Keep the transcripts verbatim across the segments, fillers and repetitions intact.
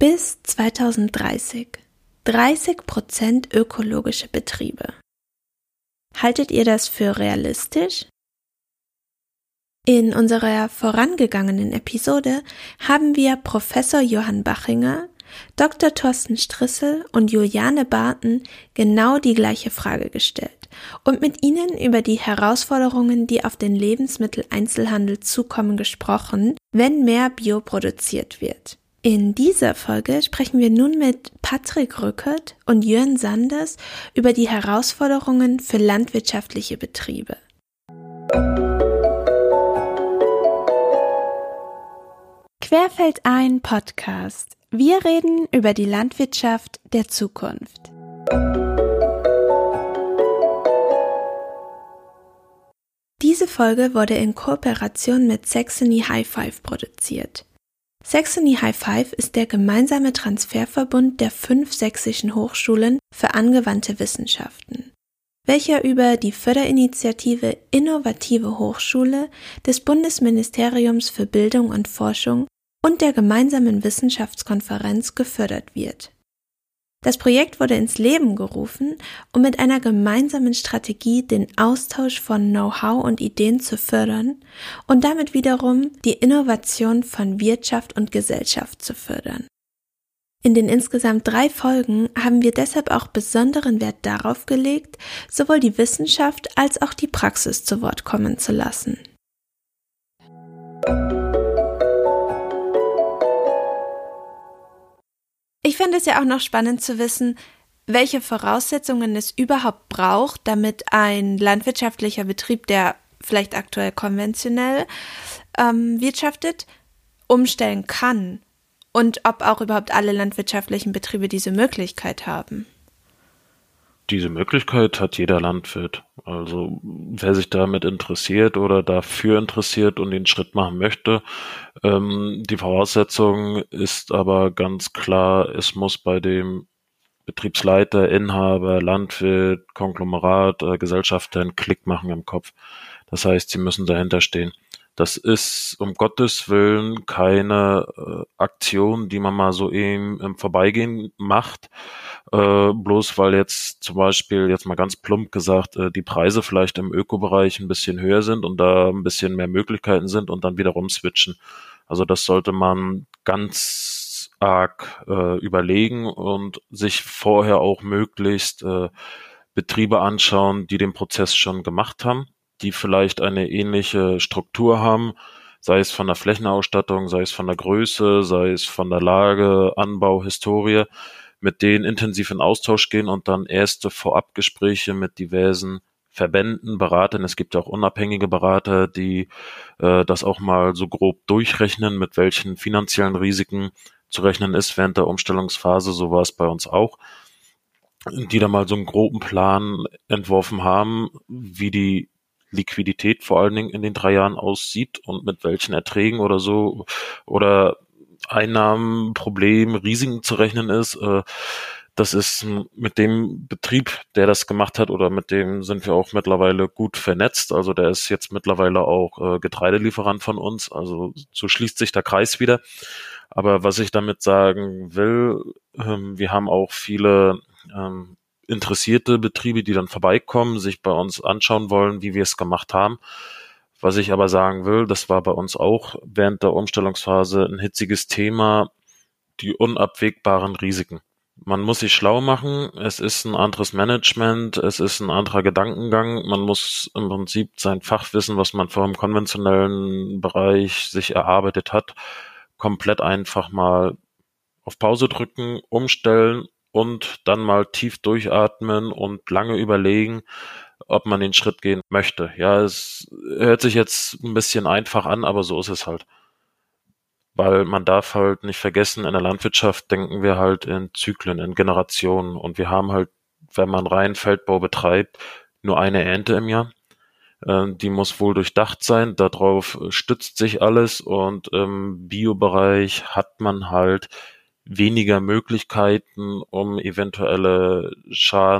Bis zweitausenddreißig. dreißig Prozent ökologische Betriebe. Haltet ihr das für realistisch? In unserer vorangegangenen Episode haben wir Professor Johann Bachinger, Doktor Thorsten Strissel und Juliane Barten genau die gleiche Frage gestellt und mit ihnen über die Herausforderungen, die auf den Lebensmitteleinzelhandel zukommen, gesprochen, wenn mehr Bio produziert wird. In dieser Folge sprechen wir nun mit Patrick Rückert und Jörn Sanders über die Herausforderungen für landwirtschaftliche Betriebe. Querfeldein Podcast. Wir reden über die Landwirtschaft der Zukunft. Diese Folge wurde in Kooperation mit Saxony High Five produziert. Saxony High Five ist der gemeinsame Transferverbund der fünf sächsischen Hochschulen für angewandte Wissenschaften, welcher über die Förderinitiative Innovative Hochschule des Bundesministeriums für Bildung und Forschung und der gemeinsamen Wissenschaftskonferenz gefördert wird. Das Projekt wurde ins Leben gerufen, um mit einer gemeinsamen Strategie den Austausch von Know-how und Ideen zu fördern und damit wiederum die Innovation von Wirtschaft und Gesellschaft zu fördern. In den insgesamt drei Folgen haben wir deshalb auch besonderen Wert darauf gelegt, sowohl die Wissenschaft als auch die Praxis zu Wort kommen zu lassen. Ich finde es ja auch noch spannend zu wissen, welche Voraussetzungen es überhaupt braucht, damit ein landwirtschaftlicher Betrieb, der vielleicht aktuell konventionell ähm, wirtschaftet, umstellen kann und ob auch überhaupt alle landwirtschaftlichen Betriebe diese Möglichkeit haben. Diese Möglichkeit hat jeder Landwirt. Also wer sich damit interessiert oder dafür interessiert und den Schritt machen möchte, ähm, die Voraussetzung ist aber ganz klar, es muss bei dem Betriebsleiter, Inhaber, Landwirt, Konglomerat, äh, Gesellschafter einen Klick machen im Kopf. Das heißt, sie müssen dahinter stehen. Das ist um Gottes Willen keine äh, Aktion, die man mal so eben im Vorbeigehen macht, äh, bloß weil jetzt zum Beispiel, jetzt mal ganz plump gesagt, äh, die Preise vielleicht im Ökobereich ein bisschen höher sind und da ein bisschen mehr Möglichkeiten sind und dann wiederum switchen. Also das sollte man ganz arg äh, überlegen und sich vorher auch möglichst äh, Betriebe anschauen, die den Prozess schon gemacht haben, die vielleicht eine ähnliche Struktur haben, sei es von der Flächenausstattung, sei es von der Größe, sei es von der Lage, Anbau, Historie, mit denen intensiv in Austausch gehen und dann erste Vorabgespräche mit diversen Verbänden, Beratern. Es gibt ja auch unabhängige Berater, die äh, das auch mal so grob durchrechnen, mit welchen finanziellen Risiken zu rechnen ist während der Umstellungsphase. So war es bei uns auch, die da mal so einen groben Plan entworfen haben, wie die Liquidität vor allen Dingen in den drei Jahren aussieht und mit welchen Erträgen oder so oder Einnahmen, Problemen, Risiken zu rechnen ist. Das ist mit dem Betrieb, der das gemacht hat, oder mit dem sind wir auch mittlerweile gut vernetzt. Also der ist jetzt mittlerweile auch Getreidelieferant von uns. Also so schließt sich der Kreis wieder. Aber was ich damit sagen will, wir haben auch viele interessierte Betriebe, die dann vorbeikommen, sich bei uns anschauen wollen, wie wir es gemacht haben. Was ich aber sagen will, das war bei uns auch während der Umstellungsphase ein hitziges Thema, die unabwegbaren Risiken. Man muss sich schlau machen, es ist ein anderes Management, es ist ein anderer Gedankengang, man muss im Prinzip sein Fachwissen, was man vor dem konventionellen Bereich sich erarbeitet hat, komplett einfach mal auf Pause drücken, umstellen und dann mal tief durchatmen und lange überlegen, ob man den Schritt gehen möchte. Ja, es hört sich jetzt ein bisschen einfach an, aber so ist es halt. Weil man darf halt nicht vergessen, in der Landwirtschaft denken wir halt in Zyklen, in Generationen. Und wir haben halt, wenn man rein Feldbau betreibt, nur eine Ernte im Jahr. Die muss wohl durchdacht sein, darauf stützt sich alles. Und im Biobereich hat man halt weniger Möglichkeiten, um eventuelle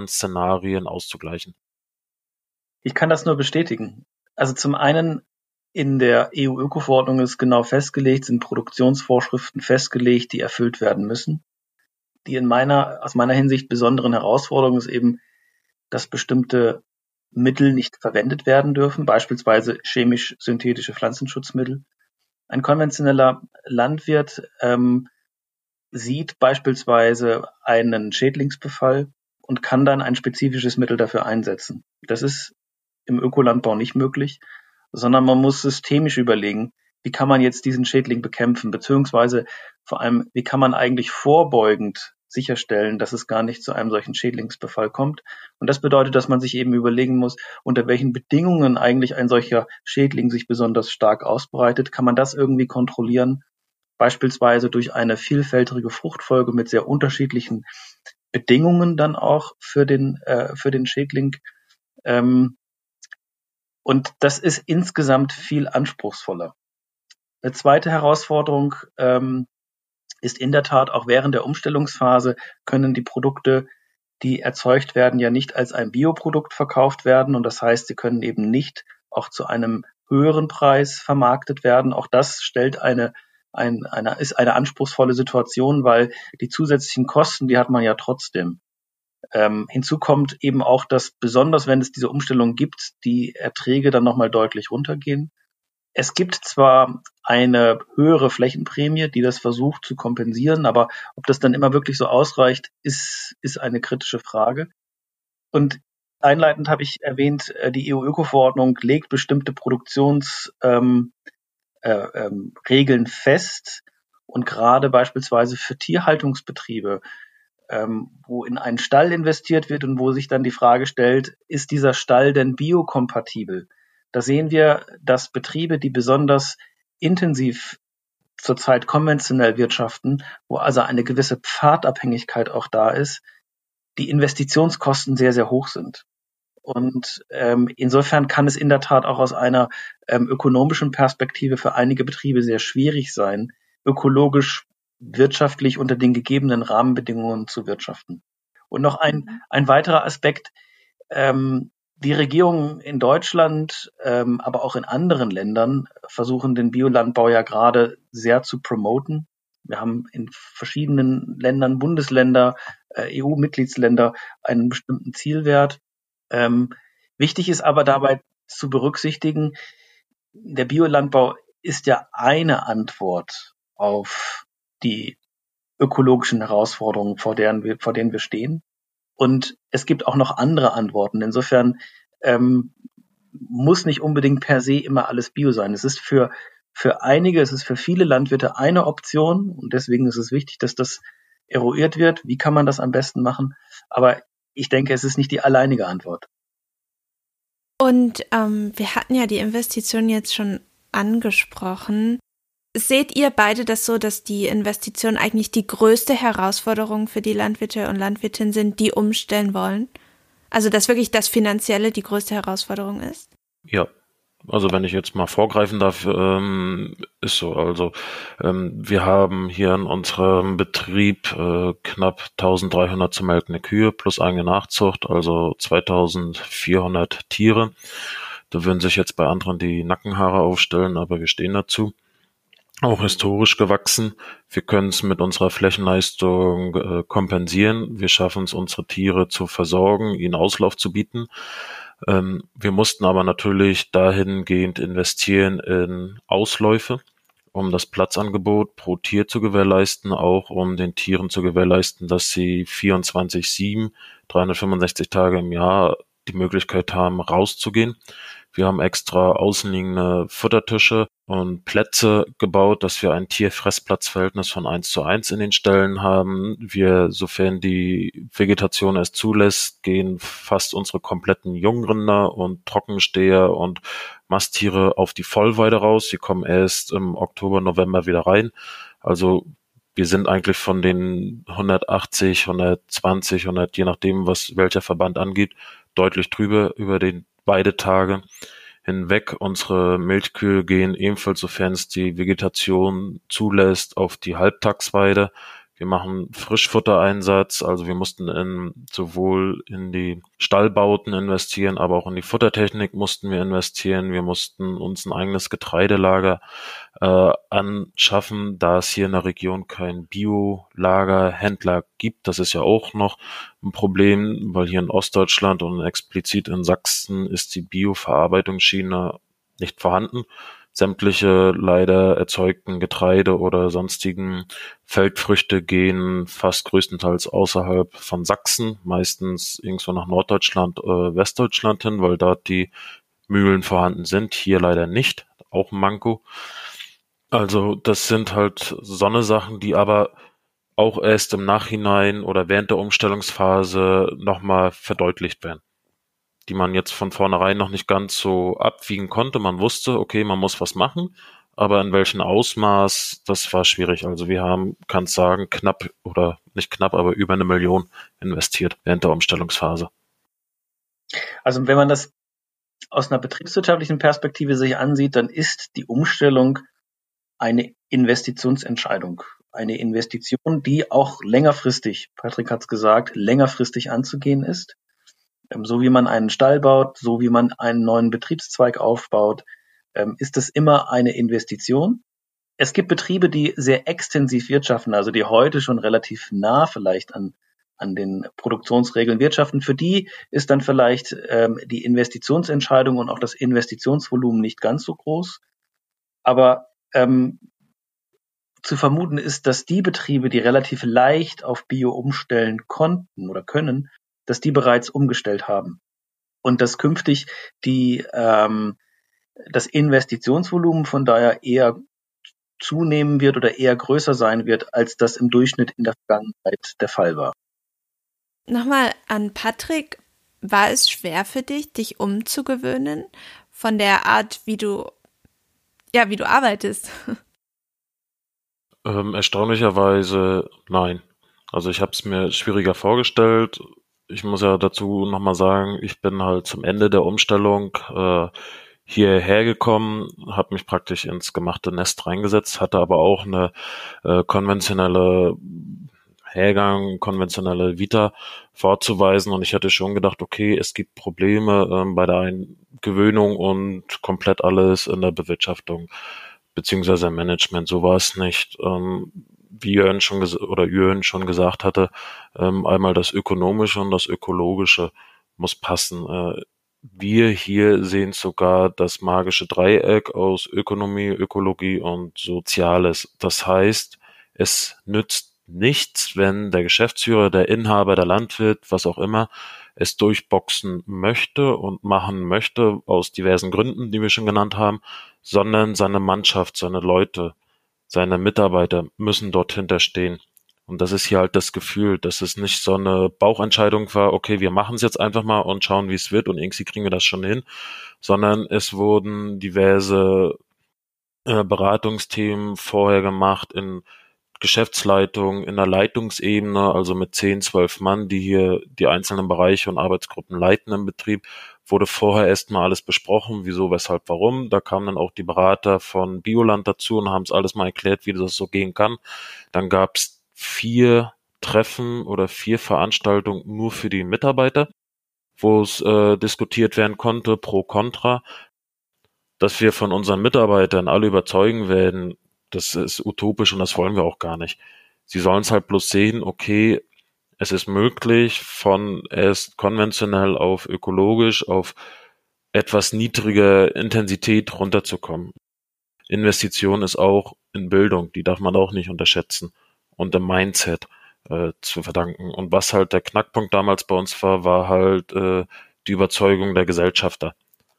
Schadensszenarien auszugleichen. Ich kann das nur bestätigen. Also zum einen In der E U-Öko-Verordnung ist genau festgelegt, sind Produktionsvorschriften festgelegt, die erfüllt werden müssen. Die in meiner, aus meiner Hinsicht besonderen Herausforderung ist eben, dass bestimmte Mittel nicht verwendet werden dürfen, beispielsweise chemisch-synthetische Pflanzenschutzmittel. Ein konventioneller Landwirt ähm, sieht beispielsweise einen Schädlingsbefall und kann dann ein spezifisches Mittel dafür einsetzen. Das ist im Ökolandbau nicht möglich, sondern man muss systemisch überlegen, wie kann man jetzt diesen Schädling bekämpfen, beziehungsweise vor allem, wie kann man eigentlich vorbeugend sicherstellen, dass es gar nicht zu einem solchen Schädlingsbefall kommt. Und das bedeutet, dass man sich eben überlegen muss, unter welchen Bedingungen eigentlich ein solcher Schädling sich besonders stark ausbreitet. Kann man das irgendwie kontrollieren? Beispielsweise durch eine vielfältige Fruchtfolge mit sehr unterschiedlichen Bedingungen dann auch für den, äh, für den Schädling. Ähm, und das ist insgesamt viel anspruchsvoller. Eine zweite Herausforderung ähm, ist in der Tat, auch während der Umstellungsphase können die Produkte, die erzeugt werden, ja nicht als ein Bioprodukt verkauft werden. Und das heißt, sie können eben nicht auch zu einem höheren Preis vermarktet werden. Auch das stellt eine, ein, eine, ist eine anspruchsvolle Situation, weil die zusätzlichen Kosten, die hat man ja trotzdem. Ähm, hinzu kommt eben auch, dass besonders wenn es diese Umstellung gibt, die Erträge dann nochmal deutlich runtergehen. Es gibt zwar eine höhere Flächenprämie, die das versucht zu kompensieren, aber ob das dann immer wirklich so ausreicht, ist, ist eine kritische Frage. Und einleitend habe ich erwähnt, die E U-Öko-Verordnung legt bestimmte Produktionsregeln ähm, äh, ähm, Regeln fest. Und gerade beispielsweise für Tierhaltungsbetriebe, ähm, wo in einen Stall investiert wird und wo sich dann die Frage stellt, ist dieser Stall denn biokompatibel? Da sehen wir, dass Betriebe, die besonders intensiv zurzeit konventionell wirtschaften, wo also eine gewisse Pfadabhängigkeit auch da ist, die Investitionskosten sehr, sehr hoch sind. Und ähm, insofern kann es in der Tat auch aus einer ähm, ökonomischen Perspektive für einige Betriebe sehr schwierig sein, ökologisch, wirtschaftlich unter den gegebenen Rahmenbedingungen zu wirtschaften. Und noch ein, ein weiterer Aspekt, ähm, die Regierungen in Deutschland, ähm, aber auch in anderen Ländern versuchen den Biolandbau ja gerade sehr zu promoten. Wir haben in verschiedenen Ländern, Bundesländer, äh, E U-Mitgliedsländer einen bestimmten Zielwert. Ähm, wichtig ist aber dabei zu berücksichtigen, der Biolandbau ist ja eine Antwort auf die ökologischen Herausforderungen, vor denen wir, vor denen wir stehen. Und es gibt auch noch andere Antworten. Insofern ähm, muss nicht unbedingt per se immer alles Bio sein. Es ist für, für einige, es ist für viele Landwirte eine Option und deswegen ist es wichtig, dass das eruiert wird. Wie kann man das am besten machen? Aber ich denke, es ist nicht die alleinige Antwort. Und ähm, wir hatten ja die Investition jetzt schon angesprochen. Seht ihr beide das so, dass die Investitionen eigentlich die größte Herausforderung für die Landwirte und Landwirtinnen sind, die umstellen wollen? Also dass wirklich das Finanzielle die größte Herausforderung ist? Ja, also wenn ich jetzt mal vorgreifen darf, ähm, ist so. Also ähm, wir haben hier in unserem Betrieb äh, knapp dreizehnhundert zu melkende Kühe plus eine Nachzucht, also zweitausendvierhundert Tiere. Da würden sich jetzt bei anderen die Nackenhaare aufstellen, aber wir stehen dazu. Auch historisch gewachsen. Wir können es mit unserer Flächenleistung äh, kompensieren. Wir schaffen es, unsere Tiere zu versorgen, ihnen Auslauf zu bieten. Ähm, wir mussten aber natürlich dahingehend investieren in Ausläufe, um das Platzangebot pro Tier zu gewährleisten, auch um den Tieren zu gewährleisten, dass sie vierundzwanzig sieben, dreihundertfünfundsechzig Tage im Jahr die Möglichkeit haben, rauszugehen. Wir haben extra außenliegende Futtertische und Plätze gebaut, dass wir ein Tier-Fressplatzverhältnis von eins zu eins in den Ställen haben. Wir, sofern die Vegetation es zulässt, gehen fast unsere kompletten Jungrinder und Trockensteher und Masttiere auf die Vollweide raus. Sie kommen erst im Oktober, November wieder rein. Also wir sind eigentlich von den hundertachtzig, hundertzwanzig, hundert, je nachdem, was welcher Verband angibt, deutlich drüber über den Weidetage hinweg. Unsere Milchkühe gehen ebenfalls, sofern es die Vegetation zulässt, auf die Halbtagsweide. Wir machen Frischfuttereinsatz, also wir mussten in, sowohl in die Stallbauten investieren, aber auch in die Futtertechnik mussten wir investieren. Wir mussten uns ein eigenes Getreidelager äh, anschaffen, da es hier in der Region kein Biolagerhändler gibt. Das ist ja auch noch ein Problem, weil hier in Ostdeutschland und explizit in Sachsen ist die Bioverarbeitungsschiene nicht vorhanden. Sämtliche leider erzeugten Getreide oder sonstigen Feldfrüchte gehen fast größtenteils außerhalb von Sachsen, meistens irgendwo nach Norddeutschland, äh, Westdeutschland hin, weil dort die Mühlen vorhanden sind. Hier leider nicht, auch ein Manko. Also das sind halt so eine Sachen, die aber auch erst im Nachhinein oder während der Umstellungsphase nochmal verdeutlicht werden, die man jetzt von vornherein noch nicht ganz so abwiegen konnte. Man wusste, okay, man muss was machen, aber in welchem Ausmaß, das war schwierig. Also wir haben, kann es sagen, knapp oder nicht knapp, aber über eine Million investiert während der Umstellungsphase. Also wenn man das aus einer betriebswirtschaftlichen Perspektive sich ansieht, dann ist die Umstellung eine Investitionsentscheidung. Eine Investition, die auch längerfristig, Patrick hat es gesagt, längerfristig anzugehen ist. So wie man einen Stall baut, so wie man einen neuen Betriebszweig aufbaut, ist es immer eine Investition. Es gibt Betriebe, die sehr extensiv wirtschaften, also die heute schon relativ nah vielleicht an, an den Produktionsregeln wirtschaften. Für die ist dann vielleicht ähm, die Investitionsentscheidung und auch das Investitionsvolumen nicht ganz so groß. Aber ähm, zu vermuten ist, dass die Betriebe, die relativ leicht auf Bio umstellen konnten oder können, dass die bereits umgestellt haben und dass künftig die ähm, das Investitionsvolumen von daher eher zunehmen wird oder eher größer sein wird, als das im Durchschnitt in der Vergangenheit der Fall war. Nochmal an Patrick, war es schwer für dich, dich umzugewöhnen von der Art, wie du ja, wie du arbeitest? Ähm, erstaunlicherweise nein. Also ich habe es mir schwieriger vorgestellt. Ich muss ja dazu nochmal sagen, ich bin halt zum Ende der Umstellung äh, hierher gekommen, habe mich praktisch ins gemachte Nest reingesetzt, hatte aber auch eine äh, konventionelle Hergang, konventionelle Vita vorzuweisen und ich hatte schon gedacht, okay, es gibt Probleme ähm, bei der Eingewöhnung und komplett alles in der Bewirtschaftung beziehungsweise im Management. So war es nicht. Ähm, wie Jörn schon ges- oder Jörn schon gesagt hatte, ähm, einmal das Ökonomische und das Ökologische muss passen. Äh, wir hier sehen sogar das magische Dreieck aus Ökonomie, Ökologie und Soziales. Das heißt, es nützt nichts, wenn der Geschäftsführer, der Inhaber, der Landwirt, was auch immer, es durchboxen möchte und machen möchte, aus diversen Gründen, die wir schon genannt haben, sondern seine Mannschaft, seine Leute, seine Mitarbeiter müssen dort hinterstehen. Und das ist hier halt das Gefühl, dass es nicht so eine Bauchentscheidung war, okay, wir machen es jetzt einfach mal und schauen, wie es wird und irgendwie kriegen wir das schon hin, sondern es wurden diverse äh, Beratungsthemen vorher gemacht in Geschäftsleitung, in der Leitungsebene, also mit zehn, zwölf Mann, die hier die einzelnen Bereiche und Arbeitsgruppen leiten im Betrieb, wurde vorher erstmal alles besprochen, wieso, weshalb, warum. Da kamen dann auch die Berater von Bioland dazu und haben es alles mal erklärt, wie das so gehen kann. Dann gab es vier Treffen oder vier Veranstaltungen nur für die Mitarbeiter, wo es äh, diskutiert werden konnte, pro, contra. Dass wir von unseren Mitarbeitern alle überzeugen werden, das ist utopisch und das wollen wir auch gar nicht. Sie sollen es halt bloß sehen, okay, es ist möglich, von erst konventionell auf ökologisch, auf etwas niedriger Intensität runterzukommen. Investition ist auch in Bildung, die darf man auch nicht unterschätzen und im Mindset äh, zu verdanken. Und was halt der Knackpunkt damals bei uns war, war halt äh, die Überzeugung der Gesellschafter.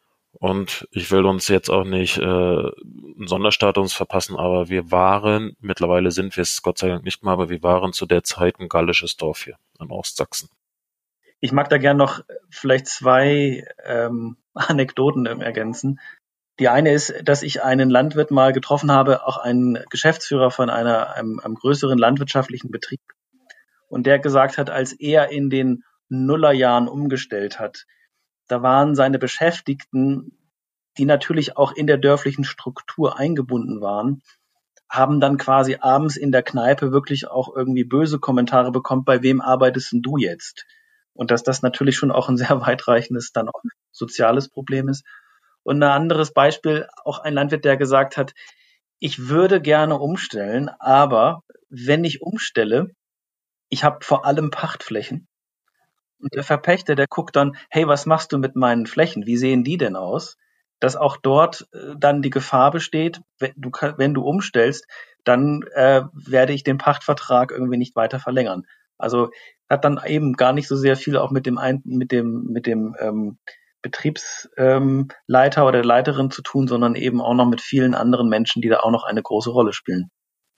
Und ich will uns jetzt auch nicht äh, einen Sonderstatus verpassen, aber wir waren, mittlerweile sind wir es Gott sei Dank nicht mehr, aber wir waren zu der Zeit ein gallisches Dorf hier in Ostsachsen. Ich mag da gern noch vielleicht zwei ähm, Anekdoten ergänzen. Die eine ist, dass ich einen Landwirt mal getroffen habe, auch einen Geschäftsführer von einer, einem, einem größeren landwirtschaftlichen Betrieb. Und der gesagt hat, als er in den Nullerjahren umgestellt hat, da waren seine Beschäftigten, die natürlich auch in der dörflichen Struktur eingebunden waren, haben dann quasi abends in der Kneipe wirklich auch irgendwie böse Kommentare bekommen, bei wem arbeitest denn du jetzt? Und dass das natürlich schon auch ein sehr weitreichendes dann auch soziales Problem ist. Und ein anderes Beispiel, auch ein Landwirt, der gesagt hat, ich würde gerne umstellen, aber wenn ich umstelle, ich habe vor allem Pachtflächen. Und der Verpächter, der guckt dann, hey, was machst du mit meinen Flächen? Wie sehen die denn aus? Dass auch dort äh, dann die Gefahr besteht, wenn du, wenn du umstellst, dann äh, werde ich den Pachtvertrag irgendwie nicht weiter verlängern. Also hat dann eben gar nicht so sehr viel auch mit dem ein, mit dem mit dem ähm, Betriebsleiter ähm, oder Leiterin zu tun, sondern eben auch noch mit vielen anderen Menschen, die da auch noch eine große Rolle spielen.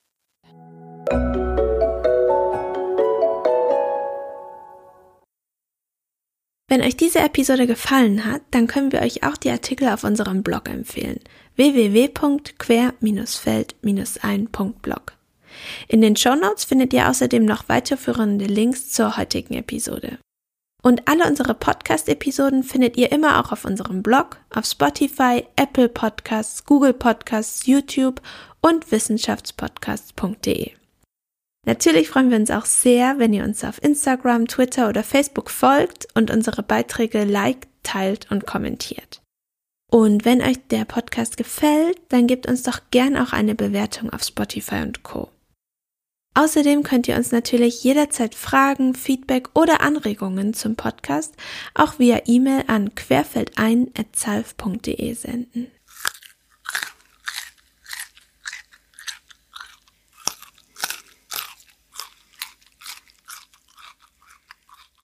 Wenn euch diese Episode gefallen hat, dann können wir euch auch die Artikel auf unserem Blog empfehlen. w w w punkt quer feld ein punkt blog. In den Shownotes findet ihr außerdem noch weiterführende Links zur heutigen Episode. Und alle unsere Podcast-Episoden findet ihr immer auch auf unserem Blog, auf Spotify, Apple Podcasts, Google Podcasts, YouTube und wissenschaftspodcasts punkt de. Natürlich freuen wir uns auch sehr, wenn ihr uns auf Instagram, Twitter oder Facebook folgt und unsere Beiträge liked, teilt und kommentiert. Und wenn euch der Podcast gefällt, dann gebt uns doch gern auch eine Bewertung auf Spotify und Co. Außerdem könnt ihr uns natürlich jederzeit Fragen, Feedback oder Anregungen zum Podcast auch via E-Mail an querfeldein at zalf punkt de senden.